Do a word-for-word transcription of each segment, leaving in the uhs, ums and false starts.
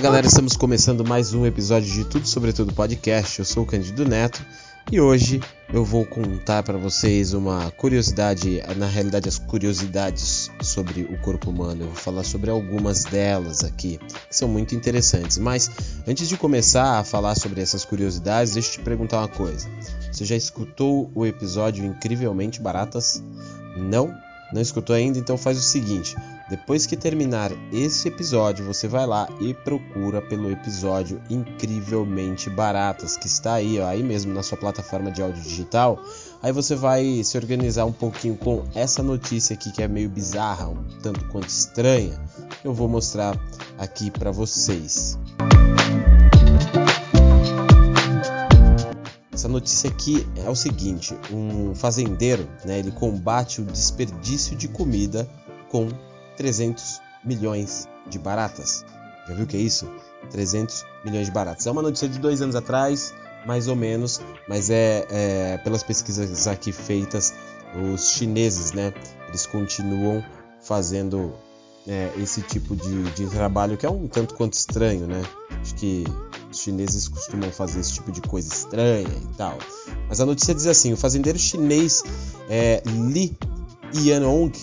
galera, estamos começando mais um episódio de Tudo Sobre Tudo Podcast. Eu sou o Cândido Neto e hoje eu vou contar para vocês uma curiosidade, na realidade as curiosidades sobre o corpo humano. Eu vou falar sobre algumas delas aqui, que são muito interessantes. Mas antes de começar a falar sobre essas curiosidades, deixa eu te perguntar uma coisa. Você já escutou o episódio Incrivelmente Baratas? Não? Não escutou ainda? Então faz o seguinte, depois que terminar esse episódio, você vai lá e procura pelo episódio Incrivelmente Baratas, que está aí, ó, aí mesmo na sua plataforma de áudio digital. Aí você vai se organizar um pouquinho com essa notícia aqui que é meio bizarra, um tanto quanto estranha. Eu vou mostrar aqui para vocês. Essa notícia aqui é o seguinte, um fazendeiro, né, ele combate o desperdício de comida com trezentos milhões de baratas. Já viu o que é isso? trezentos milhões de baratas. É uma notícia de dois anos atrás, mais ou menos, mas é, é pelas pesquisas aqui feitas, os chineses, né, eles continuam fazendo é, esse tipo de, de trabalho que é um tanto quanto estranho, né? Acho que os chineses costumam fazer esse tipo de coisa estranha e tal. Mas a notícia diz assim, o fazendeiro chinês é, Li Yanong,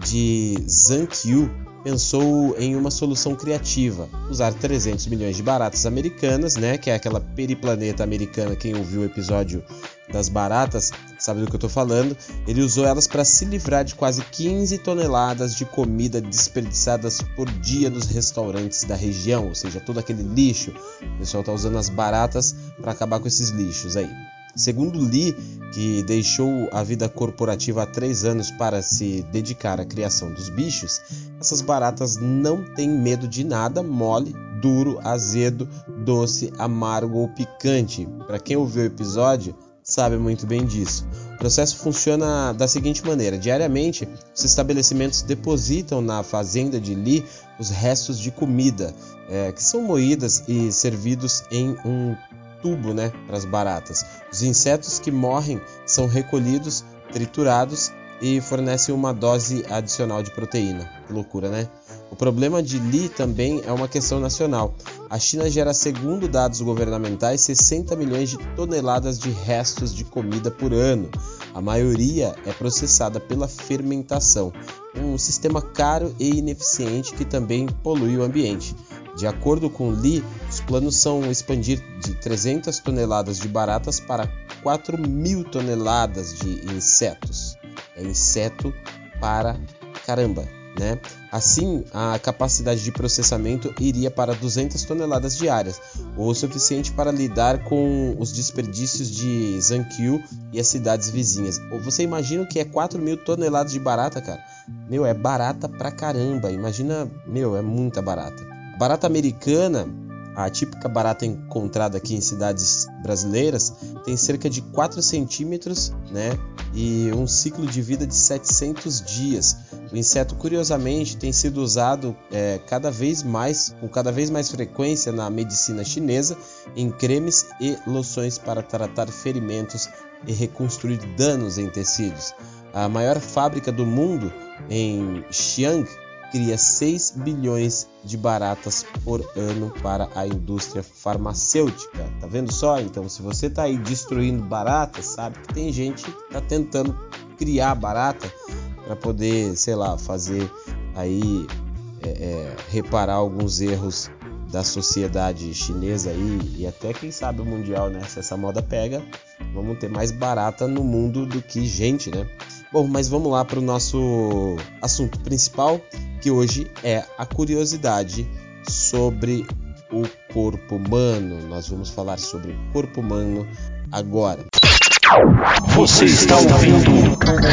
de Zhangqiu, pensou em uma solução criativa, usar trezentos milhões de baratas americanas, né, que é aquela periplaneta americana. Quem ouviu o episódio das baratas sabe do que eu estou falando. Ele usou elas para se livrar de quase quinze toneladas de comida desperdiçadas por dia nos restaurantes da região, ou seja, todo aquele lixo. O pessoal está usando as baratas para acabar com esses lixos aí. Segundo Li, que deixou a vida corporativa há três anos para se dedicar à criação dos bichos, essas baratas não têm medo de nada mole, duro, azedo, doce, amargo ou picante. Para quem ouviu o episódio, sabe muito bem disso. O processo funciona da seguinte maneira: diariamente, os estabelecimentos depositam na fazenda de Li os restos de comida, é, que são moídas e servidos em um tubo, né, para as baratas. Os insetos que morrem são recolhidos, triturados e fornecem uma dose adicional de proteína. Que loucura, né? O problema de Li também é uma questão nacional. A China gera, segundo dados governamentais, sessenta milhões de toneladas de restos de comida por ano. A maioria é processada pela fermentação, um sistema caro e ineficiente que também polui o ambiente. De acordo com Li, os planos são expandir de trezentas toneladas de baratas para quatro mil toneladas de insetos. É inseto para caramba, né? Assim, a capacidade de processamento iria para duzentas toneladas diárias, o suficiente para lidar com os desperdícios de Zhangqiu e as cidades vizinhas. Você imagina o que é quatro mil toneladas de barata, cara? Meu, é barata pra caramba. Imagina, meu, é muita barata. A barata americana, a típica barata encontrada aqui em cidades brasileiras, tem cerca de quatro centímetros, né, e um ciclo de vida de setecentos dias. O inseto, curiosamente, tem sido usado é, cada vez mais, com cada vez mais frequência na medicina chinesa, em cremes e loções para tratar ferimentos e reconstruir danos em tecidos. A maior fábrica do mundo, em Xi'an, cria seis bilhões de baratas por ano para a indústria farmacêutica. Tá vendo só? Então, se você tá aí destruindo baratas, sabe que tem gente que tá tentando criar barata para poder, sei lá, fazer aí é, é, reparar alguns erros da sociedade chinesa aí e até quem sabe o mundial, né? Se essa moda pega, vamos ter mais barata no mundo do que gente, né? Bom, mas vamos lá para o nosso assunto principal, que hoje é a curiosidade sobre o corpo humano. Nós vamos falar sobre o corpo humano agora. Você está ouvindo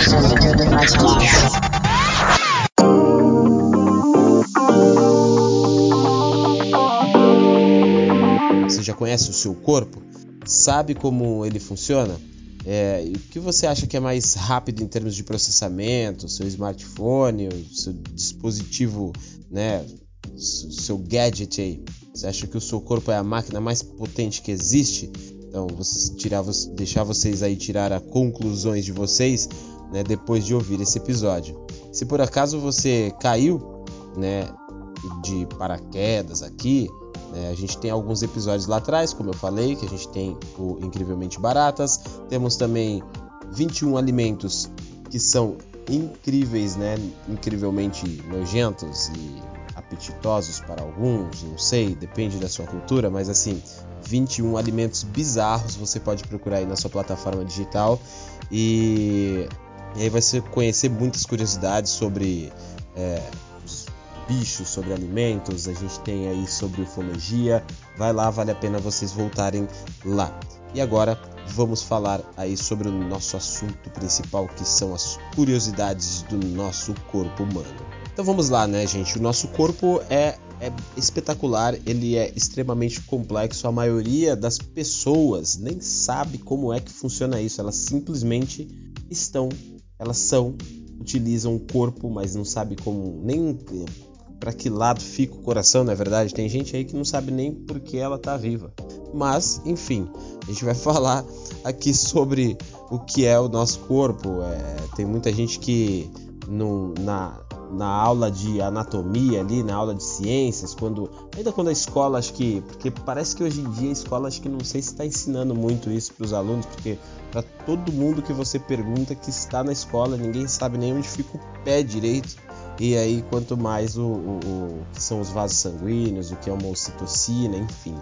Você já conhece o seu corpo? Sabe como ele funciona? É, o que você acha que é mais rápido em termos de processamento? Seu smartphone, o seu dispositivo, né, seu gadget aí? Você acha que o seu corpo é a máquina mais potente que existe? Então, vou tirar, deixar vocês aí tirar as conclusões de vocês, né, depois de ouvir esse episódio. Se por acaso você caiu, né, de paraquedas aqui, É, a gente tem alguns episódios lá atrás, como eu falei, que a gente tem o Incrivelmente Baratas. Temos também vinte e um alimentos que são incríveis, né? Incrivelmente nojentos e apetitosos para alguns, não sei, depende da sua cultura, mas assim, vinte e um alimentos bizarros você pode procurar aí na sua plataforma digital e, e aí você conhecer muitas curiosidades sobre é, os bichos, sobre alimentos, a gente tem aí sobre ufologia, vai lá, vale a pena vocês voltarem lá. E agora vamos falar aí sobre o nosso assunto principal, que são as curiosidades do nosso corpo humano. Então vamos lá, né, gente? O nosso corpo é, é espetacular, ele é extremamente complexo. A maioria das pessoas nem sabe como é que funciona isso. Elas simplesmente estão, elas são, utilizam o corpo, mas não sabe como, nem para que lado fica o coração, não é verdade? Tem gente aí que não sabe nem por que ela tá viva. Mas, enfim, a gente vai falar aqui sobre o que é o nosso corpo. É, tem muita gente que no, na, na aula de anatomia ali, na aula de ciências, quando, ainda quando a escola, acho que, porque parece que hoje em dia a escola, acho que não sei se está ensinando muito isso para os alunos, porque para todo mundo que você pergunta que está na escola, ninguém sabe nem onde fica o pé direito. E aí, quanto mais o, o, o que são os vasos sanguíneos, o que é uma ocitocina, enfim.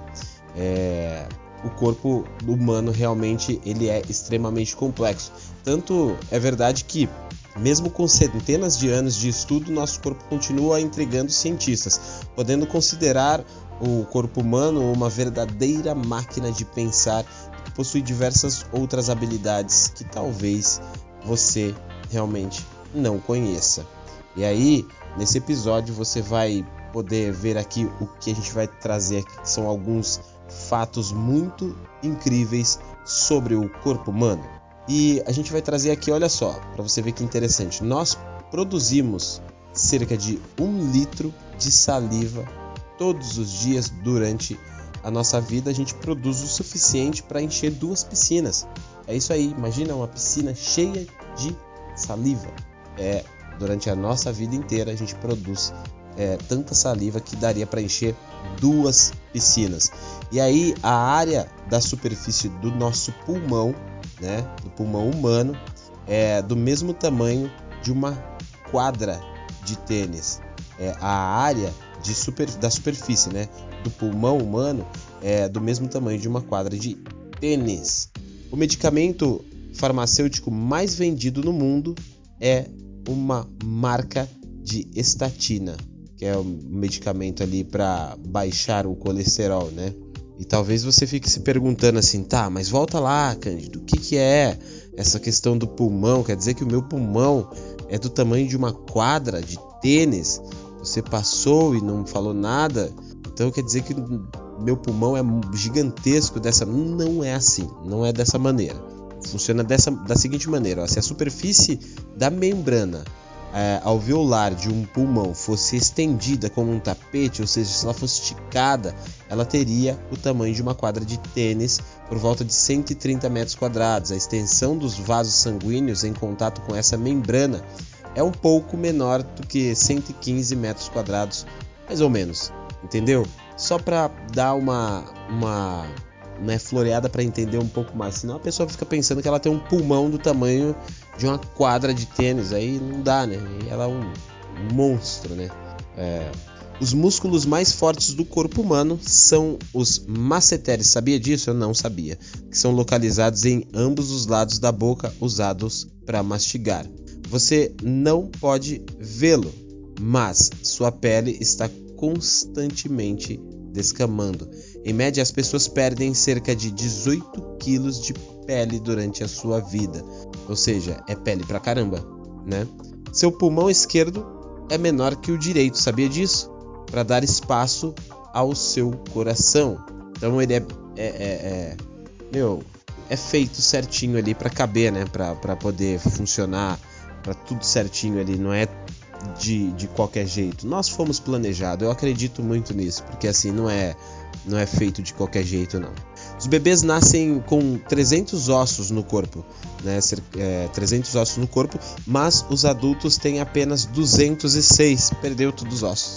É, o corpo humano realmente ele é extremamente complexo. Tanto é verdade que, mesmo com centenas de anos de estudo, nosso corpo continua intrigando cientistas, podendo considerar o corpo humano uma verdadeira máquina de pensar que possui diversas outras habilidades que talvez você realmente não conheça. E aí, nesse episódio, você vai poder ver aqui o que a gente vai trazer aqui, que são alguns fatos muito incríveis sobre o corpo humano. E a gente vai trazer aqui, olha só, para você ver que interessante. Nós produzimos cerca de um litro de saliva todos os dias durante a nossa vida. A gente produz o suficiente para encher duas piscinas. É isso aí, imagina uma piscina cheia de saliva. É... Durante a nossa vida inteira a gente produz é, tanta saliva que daria para encher duas piscinas. E aí a área da superfície do nosso pulmão, né, do pulmão humano, é do mesmo tamanho de uma quadra de tênis. É, a área de super, da superfície, né, do pulmão humano é do mesmo tamanho de uma quadra de tênis. O medicamento farmacêutico mais vendido no mundo é uma marca de estatina, que é um medicamento ali para baixar o colesterol, né? E talvez você fique se perguntando assim, tá, mas volta lá, Cândido, o que que é essa questão do pulmão? Quer dizer que o meu pulmão é do tamanho de uma quadra de tênis? Você passou e não falou nada? Então quer dizer que meu pulmão é gigantesco dessa... Não é assim, não é dessa maneira. Funciona dessa, da seguinte maneira, ó, se a superfície da membrana é, alveolar de um pulmão fosse estendida como um tapete, ou seja, se ela fosse esticada, ela teria o tamanho de uma quadra de tênis por volta de cento e trinta metros quadrados. A extensão dos vasos sanguíneos em contato com essa membrana é um pouco menor do que cento e quinze metros quadrados, mais ou menos, entendeu? Só para dar uma... uma né, floreada para entender um pouco mais, senão a pessoa fica pensando que ela tem um pulmão do tamanho de uma quadra de tênis, aí não dá, né? E ela é um monstro, né? É... Os músculos mais fortes do corpo humano são os masseteres, sabia disso? Eu não sabia. Que são localizados em ambos os lados da boca, usados para mastigar. Você não pode vê-lo, mas sua pele está constantemente descamando. Em média, as pessoas perdem cerca de dezoito quilos de pele durante a sua vida. Ou seja, é pele pra caramba, né? Seu pulmão esquerdo é menor que o direito, sabia disso? Para dar espaço ao seu coração. Então ele é, é, é, é meu, é feito certinho ali para caber, né? Para para poder funcionar, para tudo certinho ali. Não é de, de qualquer jeito. Nós fomos planejados. Eu acredito muito nisso, porque assim não é não é feito de qualquer jeito, não. Os bebês nascem com trezentos ossos no corpo, né? É, trezentos ossos no corpo, mas os adultos têm apenas duzentos e seis. Perdeu todos os ossos.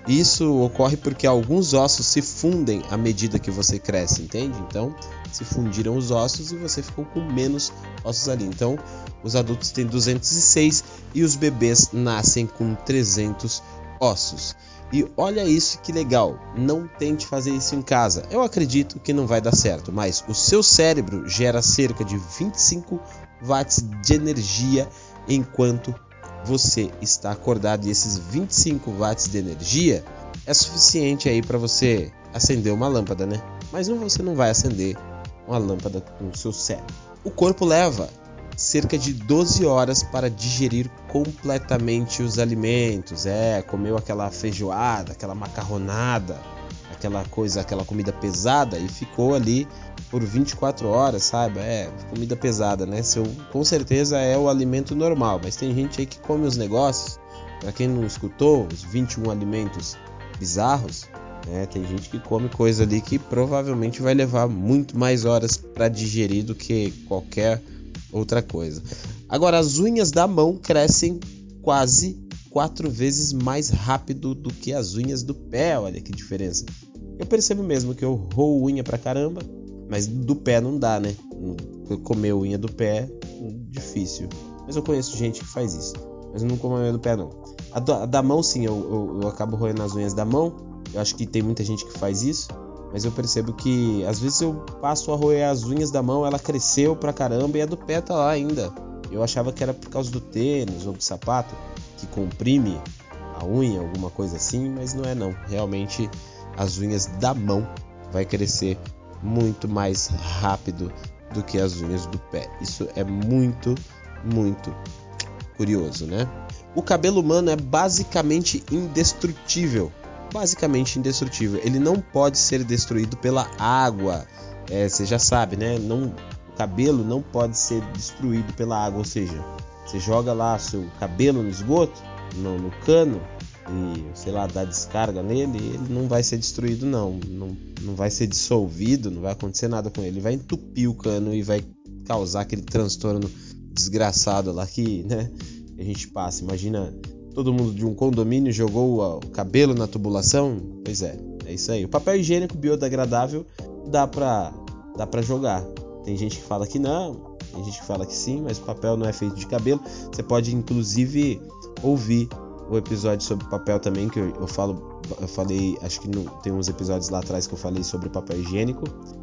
Isso ocorre porque alguns ossos se fundem à medida que você cresce, entende? Então, se fundiram os ossos e você ficou com menos ossos ali. Então, os adultos têm duzentos e seis e os bebês nascem com trezentos ossos. E olha isso que legal, não tente fazer isso em casa. Eu acredito que não vai dar certo, mas o seu cérebro gera cerca de vinte e cinco watts de energia enquanto você está acordado. E esses vinte e cinco watts de energia é suficiente aí para você acender uma lâmpada, né? Mas não, você não vai acender uma lâmpada com o seu cérebro. O corpo leva cerca de doze horas para digerir completamente os alimentos. É, comeu aquela feijoada, aquela macarronada, aquela coisa, aquela comida pesada e ficou ali por vinte e quatro horas, sabe? É, comida pesada, né? Seu, com certeza é o alimento normal, mas tem gente aí que come os negócios. Para quem não escutou, os vinte e um alimentos bizarros, né? Tem gente que come coisa ali que provavelmente vai levar muito mais horas para digerir do que qualquer outra coisa. Agora, as unhas da mão crescem quase quatro vezes mais rápido do que as unhas do pé. Olha que diferença. Eu percebo mesmo que eu roo unha pra caramba, mas do pé não dá, né? Comer unha do pé, difícil. Mas eu conheço gente que faz isso. Mas eu não como a unha do pé, não. A, do, a da mão, sim, eu, eu, eu acabo roendo as unhas da mão. Eu acho que tem muita gente que faz isso. Mas eu percebo que às vezes eu passo a roer as unhas da mão, ela cresceu pra caramba e a do pé tá lá ainda. Eu achava que era por causa do tênis ou do sapato que comprime a unha, alguma coisa assim, mas não é não. Realmente as unhas da mão vai crescer muito mais rápido do que as unhas do pé. Isso é muito, muito curioso, né? O cabelo humano é basicamente indestrutível. Basicamente indestrutível. Ele não pode ser destruído pela água. É, você já sabe, né? Não, o cabelo não pode ser destruído pela água. Ou seja, você joga lá seu cabelo no esgoto, no, no cano, e sei lá, dá descarga nele, ele não vai ser destruído, não. não. Não vai ser dissolvido, não vai acontecer nada com ele. Ele vai entupir o cano e vai causar aquele transtorno desgraçado lá que, né, a gente passa. Imagina. Todo mundo de um condomínio jogou o cabelo na tubulação? Pois é, é isso aí. O papel higiênico biodegradável dá pra, dá pra jogar. Tem gente que fala que não, tem gente que fala que sim, mas o papel não é feito de cabelo. Você pode inclusive ouvir o episódio sobre papel também, que eu, eu falo, eu falei, acho que no, tem uns episódios lá atrás que eu falei sobre o papel higiênico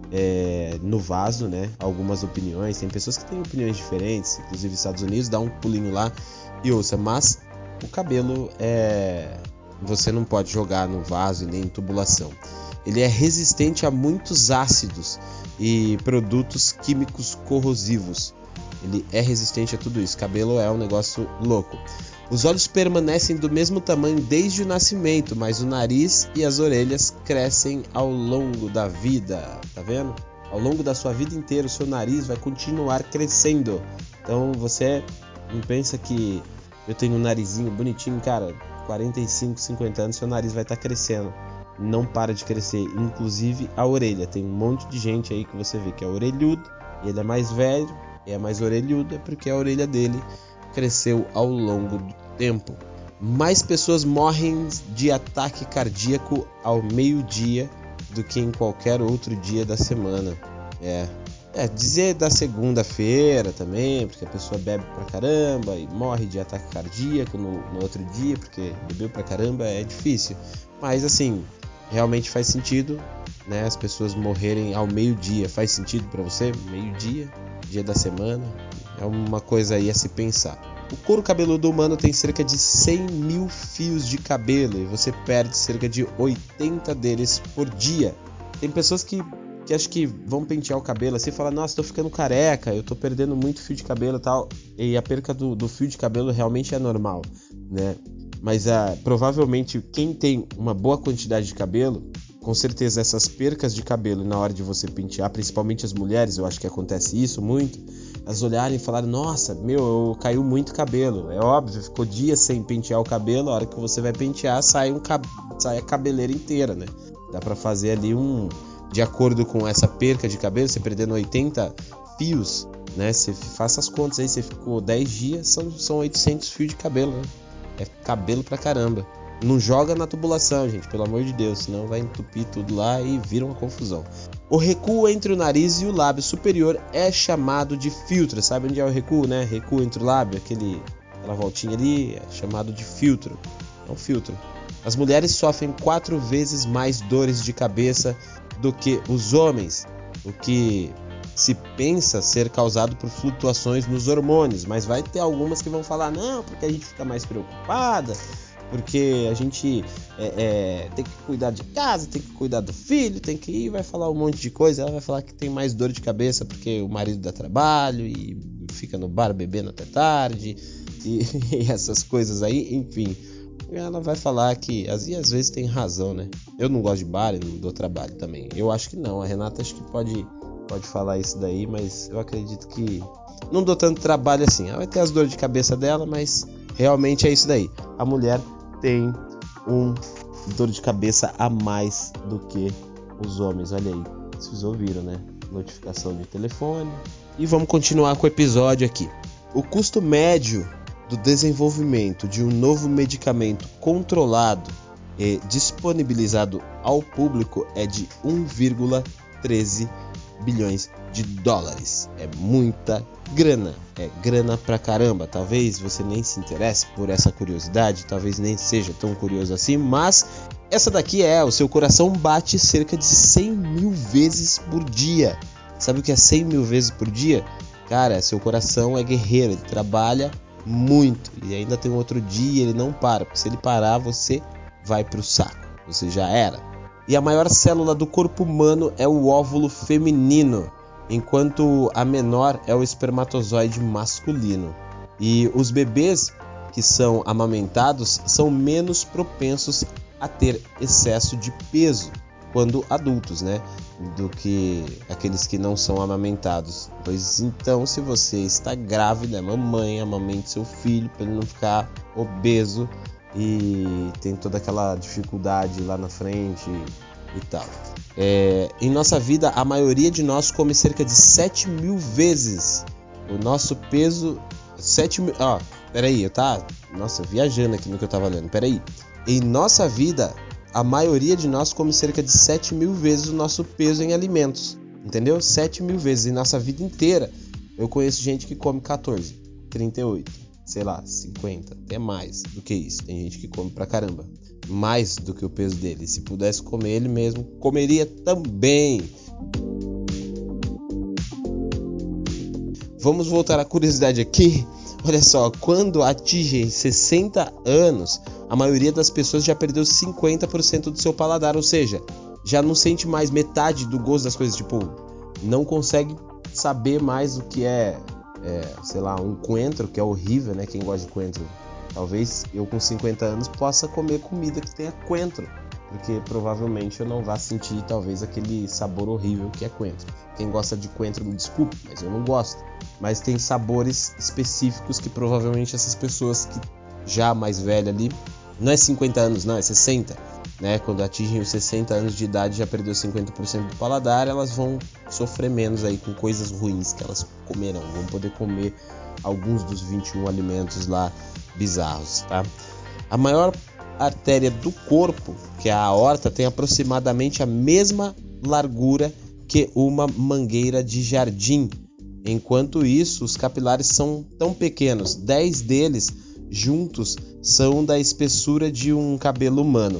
é, no vaso, né? Algumas opiniões, tem pessoas que têm opiniões diferentes, inclusive nos Estados Unidos, dá um pulinho lá e ouça, mas o cabelo é... você não pode jogar no vaso e nem em tubulação. Ele é resistente a muitos ácidos e produtos químicos corrosivos. Ele é resistente a tudo isso. Cabelo é um negócio louco. Os olhos permanecem do mesmo tamanho desde o nascimento, mas o nariz e as orelhas crescem ao longo da vida. Tá vendo? Ao longo da sua vida inteira, o seu nariz vai continuar crescendo. Então você não pensa que eu tenho um narizinho bonitinho, cara, quarenta e cinco, cinquenta anos, seu nariz vai estar tá crescendo. Não para de crescer, inclusive a orelha. Tem um monte de gente aí que você vê que é orelhudo, e ele é mais velho, e é mais orelhudo, é porque a orelha dele cresceu ao longo do tempo. Mais pessoas morrem de ataque cardíaco ao meio-dia do que em qualquer outro dia da semana. É... É, dizer da segunda-feira também, porque a pessoa bebe pra caramba e morre de ataque cardíaco no, no outro dia, porque bebeu pra caramba, é difícil. Mas assim, realmente faz sentido, né? As pessoas morrerem ao meio-dia. Faz sentido pra você? Meio-dia, dia da semana, é uma coisa aí a se pensar. O couro cabeludo humano tem cerca de cem mil fios de cabelo e você perde cerca de oitenta deles por dia. Tem pessoas que que acho que vão pentear o cabelo assim e falar, nossa, tô ficando careca, eu tô perdendo muito fio de cabelo e tal. E a perca do, do fio de cabelo realmente é normal, né? Mas ah, provavelmente quem tem uma boa quantidade de cabelo, com certeza essas percas de cabelo na hora de você pentear, principalmente as mulheres, eu acho que acontece isso muito, elas olharem e falarem, nossa, meu, eu caiu muito cabelo. É óbvio, ficou dias sem pentear o cabelo, a hora que você vai pentear sai, um, sai a cabeleira inteira, né? Dá pra fazer ali um... De acordo com essa perca de cabelo, você perdendo oitenta fios, né? Você faça as contas aí, você ficou dez dias, são, são oitocentos fios de cabelo, né? É cabelo pra caramba. Não joga na tubulação, gente, pelo amor de Deus, senão vai entupir tudo lá e vira uma confusão. O recuo entre o nariz e o lábio superior é chamado de filtro. Sabe onde é o recuo, né? Recuo entre o lábio, aquele, aquela voltinha ali, é chamado de filtro. É um filtro. As mulheres sofrem quatro vezes mais dores de cabeça do que os homens, o que se pensa ser causado por flutuações nos hormônios, mas vai ter algumas que vão falar, não, porque a gente fica mais preocupada, porque a gente é, é, tem que cuidar de casa, tem que cuidar do filho, tem que ir, vai falar um monte de coisa. Ela vai falar que tem mais dor de cabeça porque o marido dá trabalho e fica no bar bebendo até tarde e, e essas coisas aí, enfim. Ela vai falar que às, e às vezes tem razão, né? Eu não gosto de bar e não dou trabalho também. Eu acho que não, a Renata acho que pode, pode falar isso daí, mas eu acredito que não dou tanto trabalho assim. Ela vai ter as dores de cabeça dela, mas realmente é isso daí. A mulher tem um dor de cabeça a mais do que os homens. Olha aí, vocês ouviram, né? Notificação de telefone. E vamos continuar com o episódio aqui. O custo médio do desenvolvimento de um novo medicamento controlado e disponibilizado ao público é de um vírgula treze bilhões de dólares. É muita grana, é grana pra caramba. Talvez você nem se interesse por essa curiosidade, talvez nem seja tão curioso assim, mas essa daqui é, o seu coração bate cerca de cem mil vezes por dia. Sabe o que é cem mil vezes por dia? Cara, seu coração é guerreiro, ele trabalha muito e ainda tem um outro dia, ele não para, porque se ele parar você vai pro saco, você já era. E a maior célula do corpo humano é o óvulo feminino, enquanto a menor é o espermatozoide masculino. E os bebês que são amamentados são menos propensos a ter excesso de peso quando adultos, né, do que aqueles que não são amamentados. Pois então, se você está grávida, mamãe, amamente seu filho para ele não ficar obeso e tem toda aquela dificuldade lá na frente e tal. É, em nossa vida, a maioria de nós come cerca de sete mil vezes o nosso peso. sete mil. Ó, peraí, eu tá. Nossa, viajando aqui no que eu tava lendo. Peraí. Em nossa vida, a maioria de nós come cerca de sete mil vezes o nosso peso em alimentos. Entendeu? sete mil vezes em nossa vida inteira. Eu conheço gente que come catorze, trinta e oito, sei lá, cinquenta, até mais do que isso. Tem gente que come pra caramba. Mais do que o peso dele. Se pudesse comer ele mesmo, comeria também. Vamos voltar à curiosidade aqui. Olha só, quando atingem sessenta anos, a maioria das pessoas já perdeu cinquenta por cento do seu paladar, ou seja, já não sente mais metade do gosto das coisas, tipo, não consegue saber mais o que é, é sei lá, um coentro, que é horrível, né? Quem gosta de coentro, talvez eu com cinquenta anos possa comer comida que tenha coentro, porque provavelmente eu não vá sentir talvez aquele sabor horrível que é coentro. Quem gosta de coentro me desculpe, mas eu não gosto. Mas tem sabores específicos que provavelmente essas pessoas que já mais velhas ali, não é cinquenta anos não, é sessenta, né? Quando atingem os sessenta anos de idade, já perdeu cinquenta por cento do paladar, elas vão sofrer menos aí com coisas ruins que elas comerão, vão poder comer alguns dos vinte e um alimentos lá bizarros, tá? A maior artéria do corpo, que é a aorta, tem aproximadamente a mesma largura que uma mangueira de jardim. Enquanto isso, os capilares são tão pequenos, dez deles juntos são da espessura de um cabelo humano.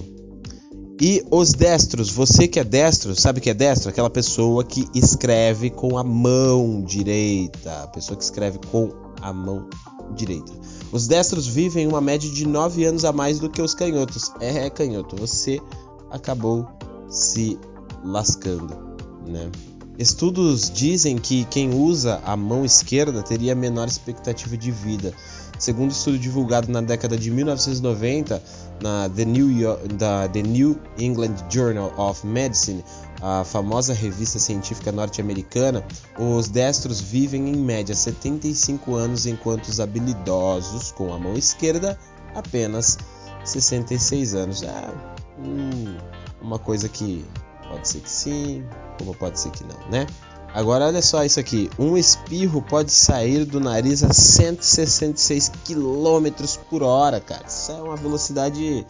E os destros, você que é destro, sabe o que é destro? Aquela pessoa que escreve com a mão direita, a pessoa que escreve com a mão direita. Os destros vivem uma média de nove anos a mais do que os canhotos. É, canhoto, você acabou se lascando, né? Estudos dizem que quem usa a mão esquerda teria menor expectativa de vida. Segundo estudo divulgado na década de mil novecentos e noventa na The New, York, da The New England Journal of Medicine, a famosa revista científica norte-americana, os destros vivem em média setenta e cinco anos, enquanto os habilidosos com a mão esquerda apenas sessenta e seis anos. É hum, uma coisa que pode ser que sim, como pode ser que não, né? Agora olha só isso aqui, um espirro pode sair do nariz a cento e sessenta e seis quilômetros por hora, cara. Isso é uma velocidade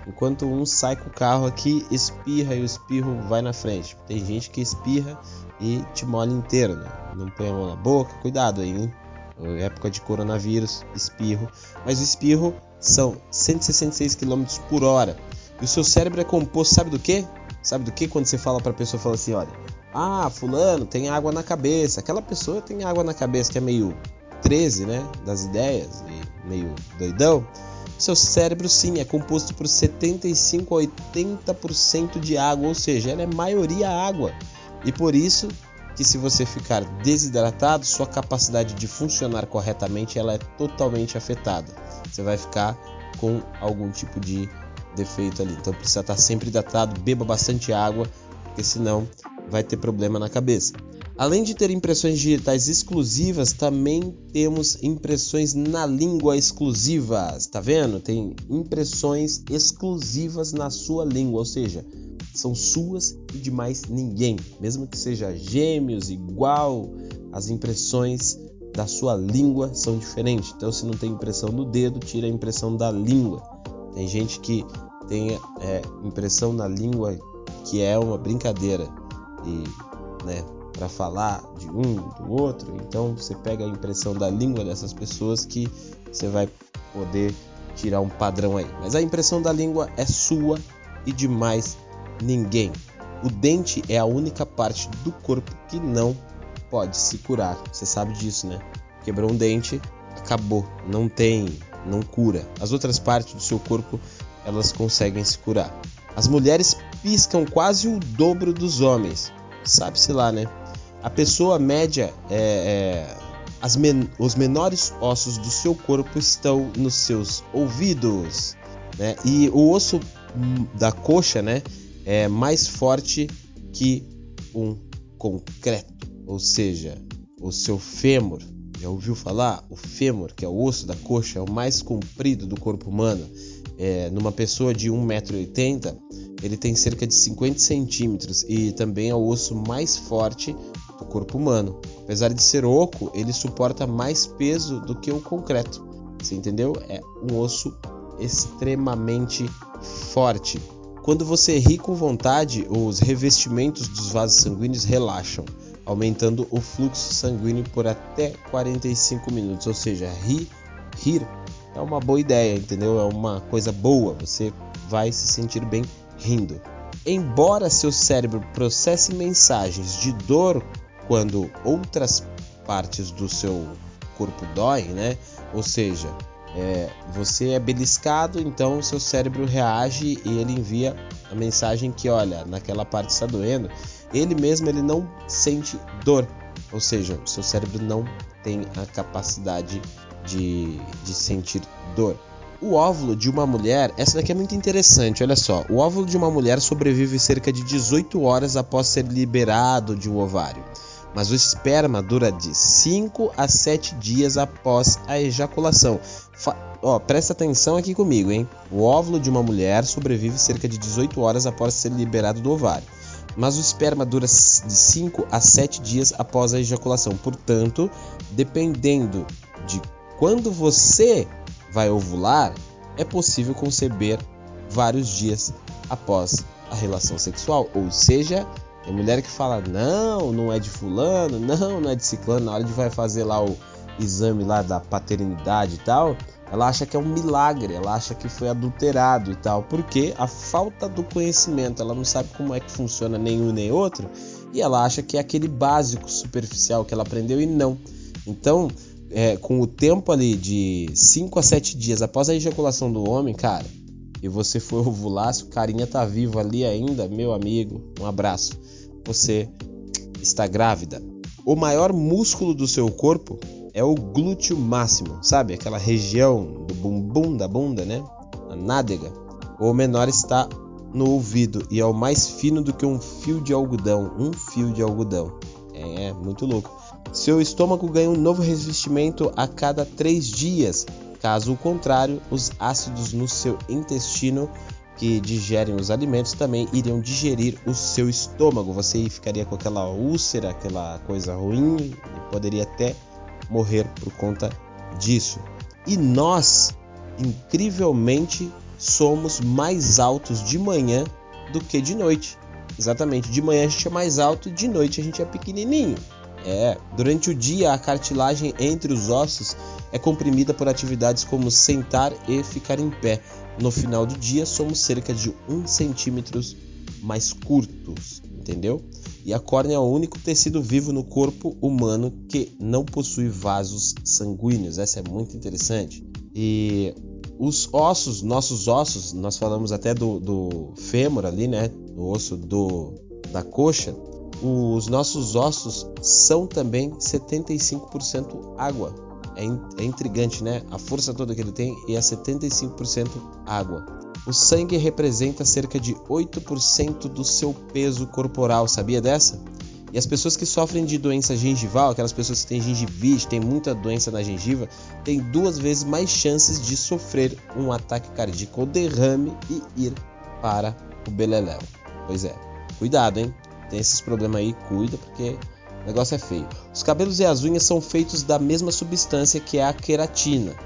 enquanto um sai com o carro aqui, espirra e o espirro vai na frente. Tem gente que espirra e te molha inteiro, né? Não põe a mão na boca, cuidado aí, hein? Época de coronavírus, espirro. Mas o espirro são cento e sessenta e seis quilômetros por hora. E o seu cérebro é composto, sabe do quê? Sabe do que? Quando você fala pra pessoa, fala assim, olha, ah, fulano tem água na cabeça. Aquela pessoa tem água na cabeça, que é meio treze, né? Das ideias, e meio doidão. Seu cérebro, sim, é composto por setenta e cinco a oitenta por cento de água, ou seja, ela é maioria água. E por isso que se você ficar desidratado, sua capacidade de funcionar corretamente ela é totalmente afetada. Você vai ficar com algum tipo de defeito ali. Então precisa estar sempre hidratado, beba bastante água, porque senão vai ter problema na cabeça. Além de ter impressões digitais exclusivas, também temos impressões na língua exclusivas. Tá vendo? Tem impressões exclusivas na sua língua, ou seja, são suas e de mais ninguém. Mesmo que seja gêmeos, igual, as impressões da sua língua são diferentes. Então, se não tem impressão no dedo, tira a impressão da língua. Tem gente que tem é, impressão na língua que é uma brincadeira e, né, para falar de um do outro. Então, você pega a impressão da língua dessas pessoas que você vai poder tirar um padrão aí. Mas a impressão da língua é sua e de mais ninguém. O dente é a única parte do corpo que não pode se curar. Você sabe disso, né? Quebrou um dente, acabou. Não tem, não cura. As outras partes do seu corpo, elas conseguem se curar. As mulheres piscam quase o dobro dos homens. Sabe-se lá, né? A pessoa média, é, é, as men- os menores ossos do seu corpo estão nos seus ouvidos, né? E o osso da coxa, né, é mais forte que um concreto, ou seja, o seu fêmur. Já ouviu falar? O fêmur, que é o osso da coxa, é o mais comprido do corpo humano. É, numa pessoa de um metro e oitenta, ele tem cerca de cinquenta centímetros e também é o osso mais forte do corpo humano. Apesar de ser oco, ele suporta mais peso do que o concreto. Você entendeu? É um osso extremamente forte. Quando você ri com vontade, os revestimentos dos vasos sanguíneos relaxam, aumentando o fluxo sanguíneo por até quarenta e cinco minutos. Ou seja, rir, rir é uma boa ideia, entendeu? É uma coisa boa, você vai se sentir bem rindo. Embora seu cérebro processe mensagens de dor quando outras partes do seu corpo doem, né? Ou seja, é, você é beliscado, então seu cérebro reage e ele envia a mensagem que, olha, naquela parte está doendo. Ele mesmo ele não sente dor, ou seja, o seu cérebro não tem a capacidade de, de sentir dor. O óvulo de uma mulher, essa daqui é muito interessante, olha só. O óvulo de uma mulher sobrevive cerca de dezoito horas após ser liberado de um ovário. Mas o esperma dura de cinco a sete dias após a ejaculação. Fa- ó, presta atenção aqui comigo, hein? O óvulo de uma mulher sobrevive cerca de dezoito horas após ser liberado do ovário. Mas o esperma dura de cinco a sete dias após a ejaculação. Portanto, dependendo de quando você vai ovular, é possível conceber vários dias após a relação sexual. Ou seja, tem mulher que fala, não, não é de fulano, não, não é de ciclano. Na hora de vai fazer lá o exame lá da paternidade e tal, ela acha que é um milagre, ela acha que foi adulterado e tal, porque a falta do conhecimento, ela não sabe como é que funciona nenhum nem outro, e ela acha que é aquele básico superficial que ela aprendeu e não. Então, é, com o tempo ali de cinco a sete dias após a ejaculação do homem, cara, e você for ovular, se o carinha tá vivo ali ainda, meu amigo, um abraço, você está grávida. O maior músculo do seu corpo é o glúteo máximo, sabe? Aquela região do bumbum da bunda, né? A nádega. O menor está no ouvido e é o mais fino do que um fio de algodão. Um fio de algodão. É, muito louco. Seu estômago ganha um novo revestimento a cada três dias. Caso contrário, os ácidos no seu intestino que digerem os alimentos também iriam digerir o seu estômago. Você ficaria com aquela úlcera, aquela coisa ruim e poderia até morrer por conta disso. E nós, incrivelmente, somos mais altos de manhã do que de noite. Exatamente, de manhã a gente é mais alto e de noite a gente é pequenininho. É, durante o dia a cartilagem entre os ossos é comprimida por atividades como sentar e ficar em pé. No final do dia somos cerca de um centímetro mais curtos, entendeu? E a córnea é o único tecido vivo no corpo humano que não possui vasos sanguíneos. Essa é muito interessante. E os ossos, nossos ossos, nós falamos até do, do fêmur ali, né? Do osso do, da coxa. Os nossos ossos são também setenta e cinco por cento água. É, é intrigante, né? A força toda que ele tem e é setenta e cinco por cento água. O sangue representa cerca de oito por cento do seu peso corporal, sabia dessa? E as pessoas que sofrem de doença gengival, aquelas pessoas que têm gengivite, têm muita doença na gengiva, têm duas vezes mais chances de sofrer um ataque cardíaco ou derrame e ir para o beleléu. Pois é, cuidado, hein? Tem esses problemas aí, cuida, porque o negócio é feio. Os cabelos e as unhas são feitos da mesma substância que é a queratina.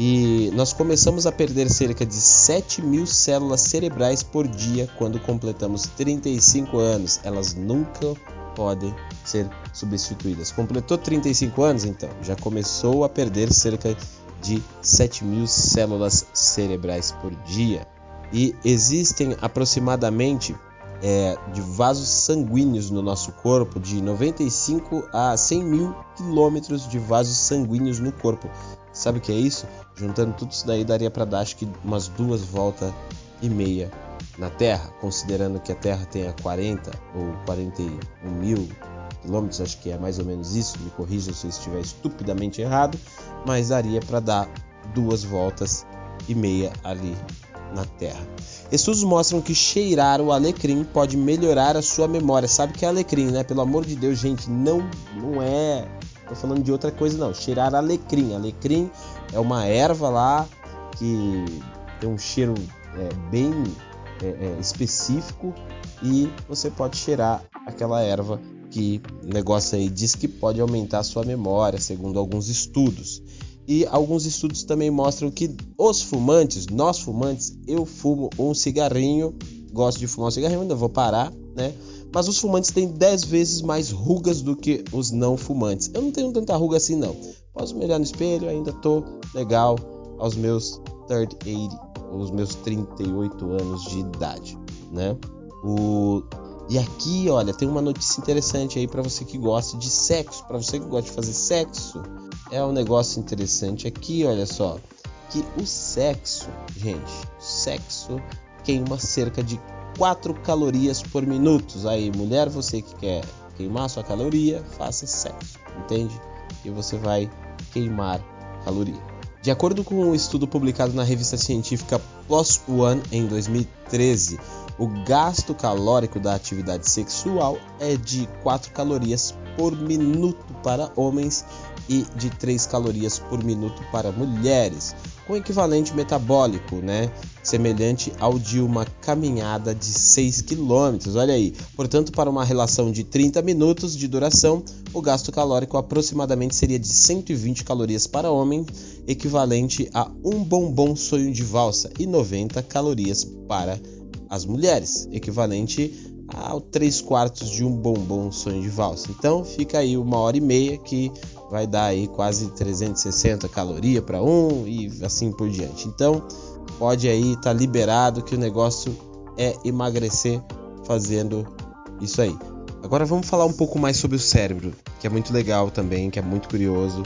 E nós começamos a perder cerca de sete mil células cerebrais por dia quando completamos trinta e cinco anos. Elas nunca podem ser substituídas. Completou trinta e cinco anos, então, já começou a perder cerca de sete mil células cerebrais por dia. E existem aproximadamente é, de vasos sanguíneos no nosso corpo, de noventa e cinco a cem mil quilômetros de vasos sanguíneos no corpo. Sabe o que é isso? Juntando tudo isso daí, daria para dar acho que umas duas voltas e meia na Terra, considerando que a Terra tenha quarenta ou quarenta e um mil quilômetros, acho que é mais ou menos isso, me corrija se eu estiver estupidamente errado, mas daria para dar duas voltas e meia ali na Terra. Estudos mostram que cheirar o alecrim pode melhorar a sua memória. Sabe o que é alecrim, né? Pelo amor de Deus, gente, não, não é... Tô falando de outra coisa não, cheirar alecrim. Alecrim é uma erva lá que tem um cheiro é, bem é, é, específico e você pode cheirar aquela erva que o negócio aí diz que pode aumentar a sua memória, segundo alguns estudos. E alguns estudos também mostram que os fumantes, nós fumantes, eu fumo um cigarrinho, gosto de fumar um cigarrinho, ainda vou parar, né? Mas os fumantes têm dez vezes mais rugas do que os não fumantes. Eu não tenho tanta ruga assim não. Posso me olhar no espelho, ainda tô legal aos meus trinta e oito, aos meus trinta e oito anos de idade, né? O... E aqui, olha, tem uma notícia interessante aí para você que gosta de sexo, para você que gosta de fazer sexo. É um negócio interessante aqui, olha só, que o sexo, gente, o sexo queima cerca de quatro calorias por minuto. Aí, mulher, você que quer queimar sua caloria, faça sexo, entende? E você vai queimar caloria. De acordo com um estudo publicado na revista científica PLOS ONE em dois mil e treze, o gasto calórico da atividade sexual é de quatro calorias por minuto para homens e de três calorias por minuto para mulheres, com equivalente metabólico, né, semelhante ao de uma caminhada de seis quilômetros. Olha aí, portanto, para uma relação de trinta minutos de duração, o gasto calórico aproximadamente seria de cento e vinte calorias para homem, equivalente a um bombom sonho de valsa, e noventa calorias para as mulheres, equivalente a três quartos de um bombom sonho de valsa. Então fica aí uma hora e meia que vai dar aí quase trezentas e sessenta calorias para um e assim por diante. Então pode aí estar tá liberado que o negócio é emagrecer fazendo isso aí. Agora vamos falar um pouco mais sobre o cérebro, que é muito legal também, que é muito curioso.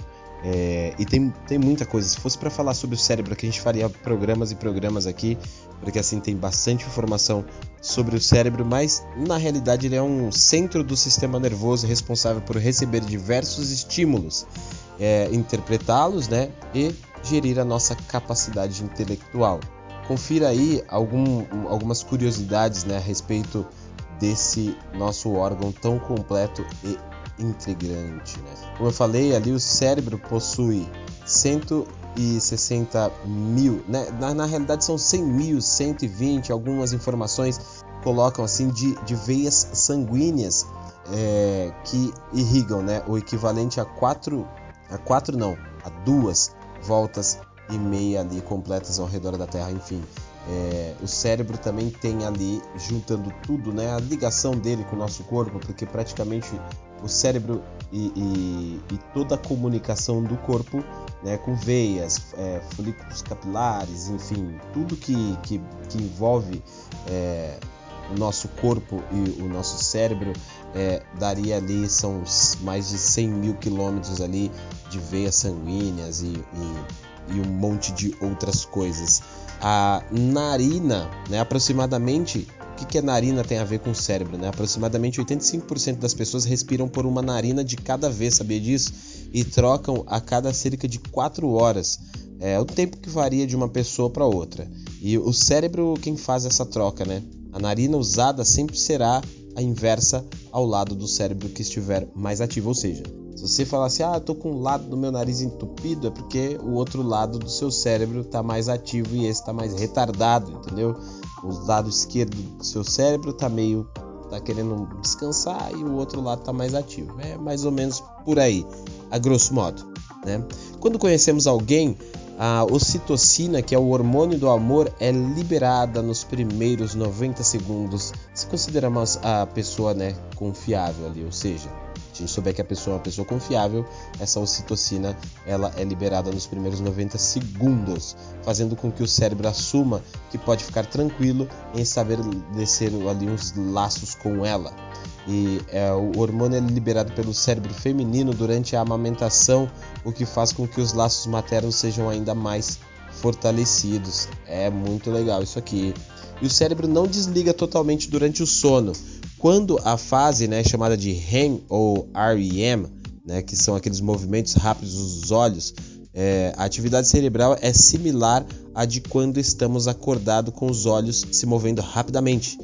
É, e tem, tem muita coisa. Se fosse para falar sobre o cérebro aqui, a gente faria programas e programas aqui, porque assim tem bastante informação sobre o cérebro, mas na realidade ele é um centro do sistema nervoso responsável por receber diversos estímulos, é, interpretá-los, né, e gerir a nossa capacidade intelectual. Confira aí algum, algumas curiosidades, né, a respeito desse nosso órgão tão completo e intrigante, né? Como eu falei, ali o cérebro possui cento e sessenta mil, né? na, na realidade são cem mil, cento e vinte, algumas informações colocam assim de, de veias sanguíneas é, que irrigam, né? O equivalente a quatro, a quatro não, a duas voltas e meia ali completas ao redor da Terra, enfim. É, o cérebro também tem ali, juntando tudo, né, a ligação dele com o nosso corpo, porque praticamente o cérebro e, e, e toda a comunicação do corpo, né, com veias, é, folículos capilares, enfim, tudo que, que, que envolve é, o nosso corpo e o nosso cérebro, é, daria ali, são mais de cem mil quilômetros ali de veias sanguíneas e, e, e um monte de outras coisas. A narina, né, aproximadamente, o que, que a narina tem a ver com o cérebro? Né? Aproximadamente oitenta e cinco por cento das pessoas respiram por uma narina de cada vez, sabia disso? E trocam a cada cerca de quatro horas. É o tempo que varia de uma pessoa para outra. E o cérebro quem faz essa troca, né? A narina usada sempre será a inversa ao lado do cérebro que estiver mais ativo, ou seja, se você falar assim, ah, eu tô com um lado do meu nariz entupido, é porque o outro lado do seu cérebro está mais ativo e esse está mais retardado, entendeu? O lado esquerdo do seu cérebro está meio, tá querendo descansar e o outro lado está mais ativo. É mais ou menos por aí, a grosso modo, né? Quando conhecemos alguém, a ocitocina, que é o hormônio do amor, é liberada nos primeiros noventa segundos, se consideramos a pessoa, né, confiável ali, ou seja, se a gente souber que a pessoa é uma pessoa confiável, essa ocitocina ela é liberada nos primeiros noventa segundos, fazendo com que o cérebro assuma que pode ficar tranquilo em estabelecer ali uns laços com ela. E é, o hormônio é liberado pelo cérebro feminino durante a amamentação, o que faz com que os laços maternos sejam ainda mais fortalecidos. É muito legal isso aqui. E o cérebro não desliga totalmente durante o sono. Quando a fase, né, chamada de R E M ou R E M, né, que são aqueles movimentos rápidos dos olhos, é, a atividade cerebral é similar à de quando estamos acordados com os olhos se movendo rapidamente.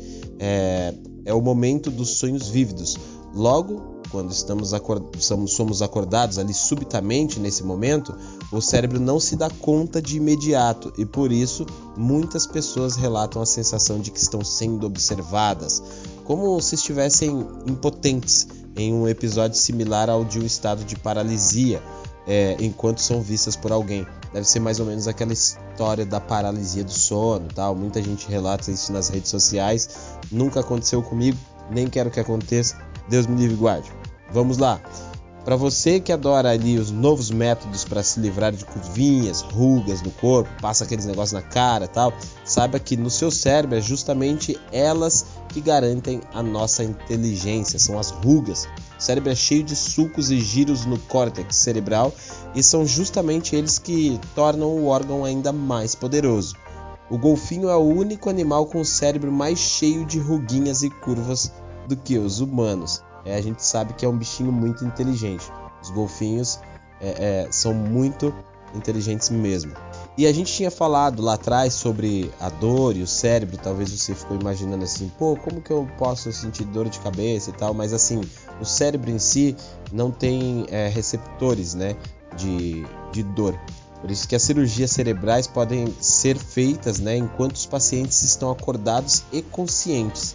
É, é o momento dos sonhos vívidos. Logo, quando estamos acord... somos acordados ali subitamente nesse momento, o cérebro não se dá conta de imediato e por isso muitas pessoas relatam a sensação de que estão sendo observadas, como se estivessem impotentes em um episódio similar ao de um estado de paralisia, é, enquanto são vistas por alguém. Deve ser mais ou menos aquela história da paralisia do sono, tal. Muita gente relata isso nas redes sociais. Nunca aconteceu comigo, nem quero que aconteça. Deus me livre e guarde. Vamos lá. Para você que adora ali os novos métodos para se livrar de curvinhas, rugas no corpo, passa aqueles negócios na cara e tal, saiba que no seu cérebro é justamente elas que garantem a nossa inteligência, são as rugas. O cérebro é cheio de sulcos e giros no córtex cerebral e são justamente eles que tornam o órgão ainda mais poderoso. O golfinho é o único animal com o cérebro mais cheio de ruguinhas e curvas do que os humanos. É, a gente sabe que é um bichinho muito inteligente. Os golfinhos é, é, são muito inteligentes mesmo. E a gente tinha falado lá atrás sobre a dor e o cérebro. Talvez você ficou imaginando assim, pô, como que eu posso sentir dor de cabeça e tal? Mas assim, o cérebro em si não tem é, receptores, né, de, de dor. Por isso que as cirurgias cerebrais podem ser feitas, né, enquanto os pacientes estão acordados e conscientes.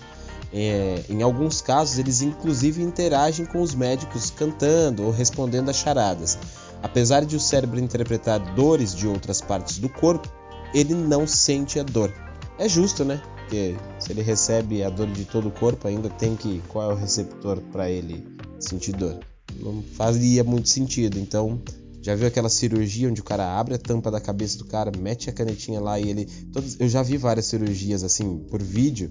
É, em alguns casos, eles inclusive interagem com os médicos cantando ou respondendo a charadas. Apesar de o cérebro interpretar dores de outras partes do corpo, ele não sente a dor. É justo, né? Porque se ele recebe a dor de todo o corpo, ainda tem que... Qual é o receptor para ele sentir dor? Não fazia muito sentido. Então, já viu aquela cirurgia onde o cara abre a tampa da cabeça do cara, mete a canetinha lá e ele... Todos... Eu já vi várias cirurgias assim, por vídeo...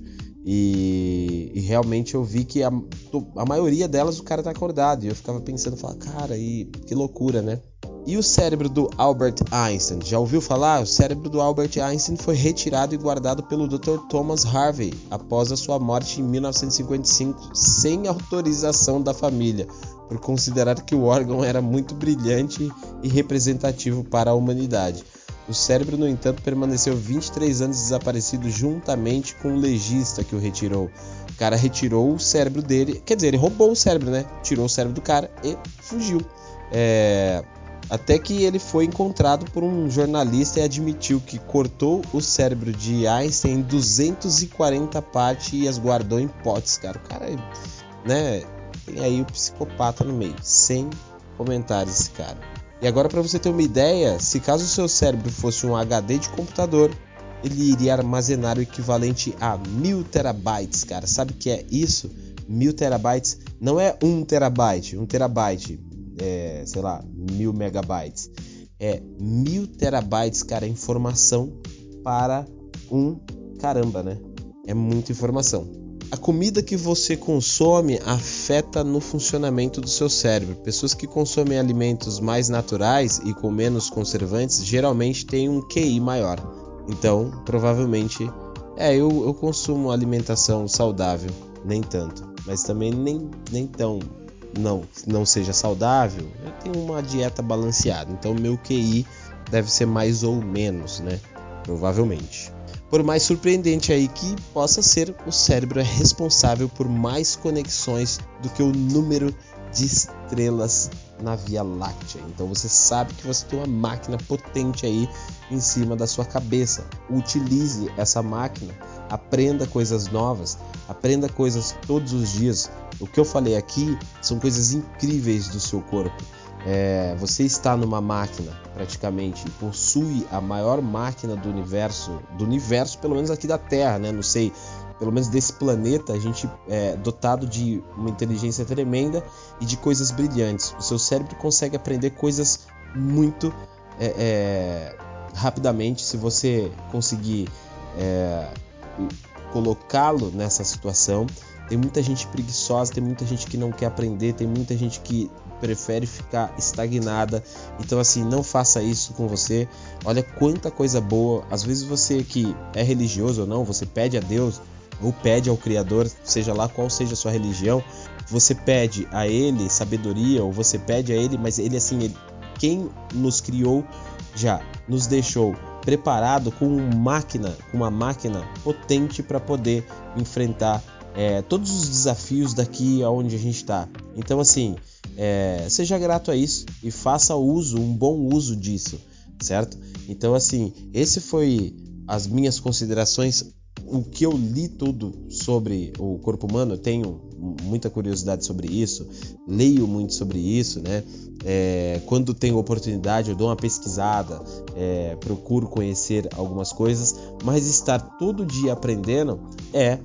E, e realmente eu vi que a, a maioria delas o cara tá acordado. E eu ficava pensando, falava, cara, e que loucura, né? E o cérebro do Albert Einstein? Já ouviu falar? O cérebro do Albert Einstein foi retirado e guardado pelo doutor Thomas Harvey após a sua morte em mil novecentos e cinquenta e cinco, sem autorização da família, por considerar que o órgão era muito brilhante e representativo para a humanidade. O cérebro, no entanto, permaneceu vinte e três anos desaparecido juntamente com o legista que o retirou. O cara retirou o cérebro dele, quer dizer, ele roubou o cérebro, né? Tirou o cérebro do cara e fugiu. É... Até que ele foi encontrado por um jornalista e admitiu que cortou o cérebro de Einstein em duzentas e quarenta partes e as guardou em potes, cara. O cara, né? Tem aí o psicopata no meio. Sem comentários esse cara. E agora, para você ter uma ideia, se caso o seu cérebro fosse um H D de computador, ele iria armazenar o equivalente a mil terabytes, cara. Sabe o que é isso? Mil terabytes não é um terabyte, um terabyte, é, sei lá, mil megabytes. É mil terabytes, cara, informação para um caramba, né? É muita informação. A comida que você consome afeta no funcionamento do seu cérebro. Pessoas que consomem alimentos mais naturais e com menos conservantes geralmente têm um Q I maior. Então, provavelmente, é, eu, eu consumo alimentação saudável, nem tanto, mas também nem, nem tão não, não seja saudável. Eu tenho uma dieta balanceada, então meu Q I deve ser mais ou menos, né? Provavelmente. Por mais surpreendente aí que possa ser, o cérebro é responsável por mais conexões do que o número de estrelas na Via Láctea. Então você sabe que você tem uma máquina potente aí em cima da sua cabeça. Utilize essa máquina, aprenda coisas novas, aprenda coisas todos os dias. O que eu falei aqui são coisas incríveis do seu corpo. É, você está numa máquina, praticamente, possui a maior máquina do universo, do universo, pelo menos aqui da Terra, né? Não sei, pelo menos desse planeta, a gente é dotado de uma inteligência tremenda e de coisas brilhantes. O seu cérebro consegue aprender coisas muito é, é, rapidamente, se você conseguir é, colocá-lo nessa situação. Tem muita gente preguiçosa, tem muita gente que não quer aprender, tem muita gente que prefere ficar estagnada. Então assim, não faça isso com você. Olha quanta coisa boa. Às vezes você que é religioso ou não, você pede a Deus ou pede ao Criador, seja lá qual seja a sua religião, você pede a Ele sabedoria, ou você pede a Ele, mas Ele assim, ele, quem nos criou já nos deixou preparado com uma máquina, com uma máquina potente para poder enfrentar É, todos os desafios daqui aonde a gente está. Então assim, é, seja grato a isso e faça uso, um bom uso disso, certo? Então assim, esse foi as minhas considerações, o que eu li tudo sobre o corpo humano. Eu tenho muita curiosidade sobre isso, leio muito sobre isso, né? É, quando tenho oportunidade eu dou uma pesquisada, é, procuro conhecer algumas coisas, mas estar todo dia aprendendo é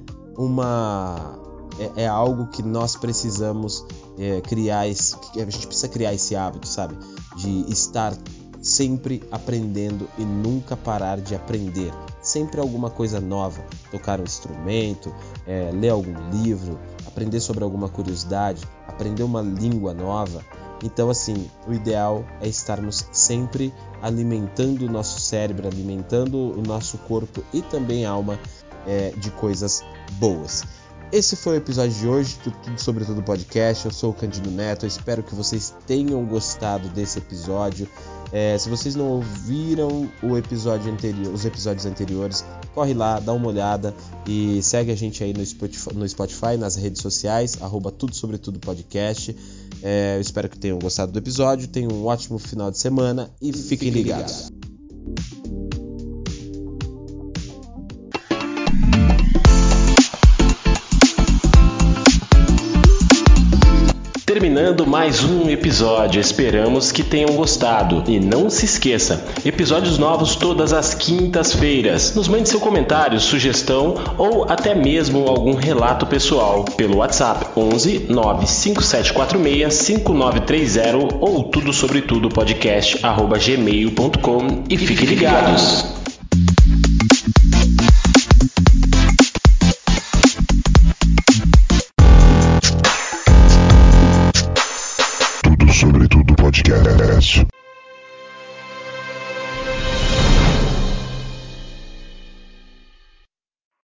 uma é, é algo que nós precisamos é, criar esse, a gente precisa criar esse hábito, sabe, de estar sempre aprendendo e nunca parar de aprender, sempre alguma coisa nova, tocar um instrumento, é, ler algum livro, aprender sobre alguma curiosidade, aprender uma língua nova. Então assim, o ideal é estarmos sempre alimentando o nosso cérebro, alimentando o nosso corpo e também a alma É, de coisas boas. Esse foi o episódio de hoje do Tudo Sobre Tudo Podcast. Eu sou o Candido Neto, eu espero que vocês tenham gostado desse episódio. É, se vocês não ouviram o episódio anterior, os episódios anteriores, corre lá, dá uma olhada e segue a gente aí no Spotify, no Spotify nas redes sociais, arroba Tudo Sobre Tudo Podcast. É, eu espero que tenham gostado do episódio, tenham um ótimo final de semana e fiquem ligados. Terminando mais um episódio, esperamos que tenham gostado. E não se esqueça, episódios novos todas as quintas-feiras. Nos mande seu comentário, sugestão ou até mesmo algum relato pessoal pelo WhatsApp onze nove cinco sete quatro seis cinco nove três zero ou tudo sobre tudo podcast arroba gmail ponto com e fiquem ligados.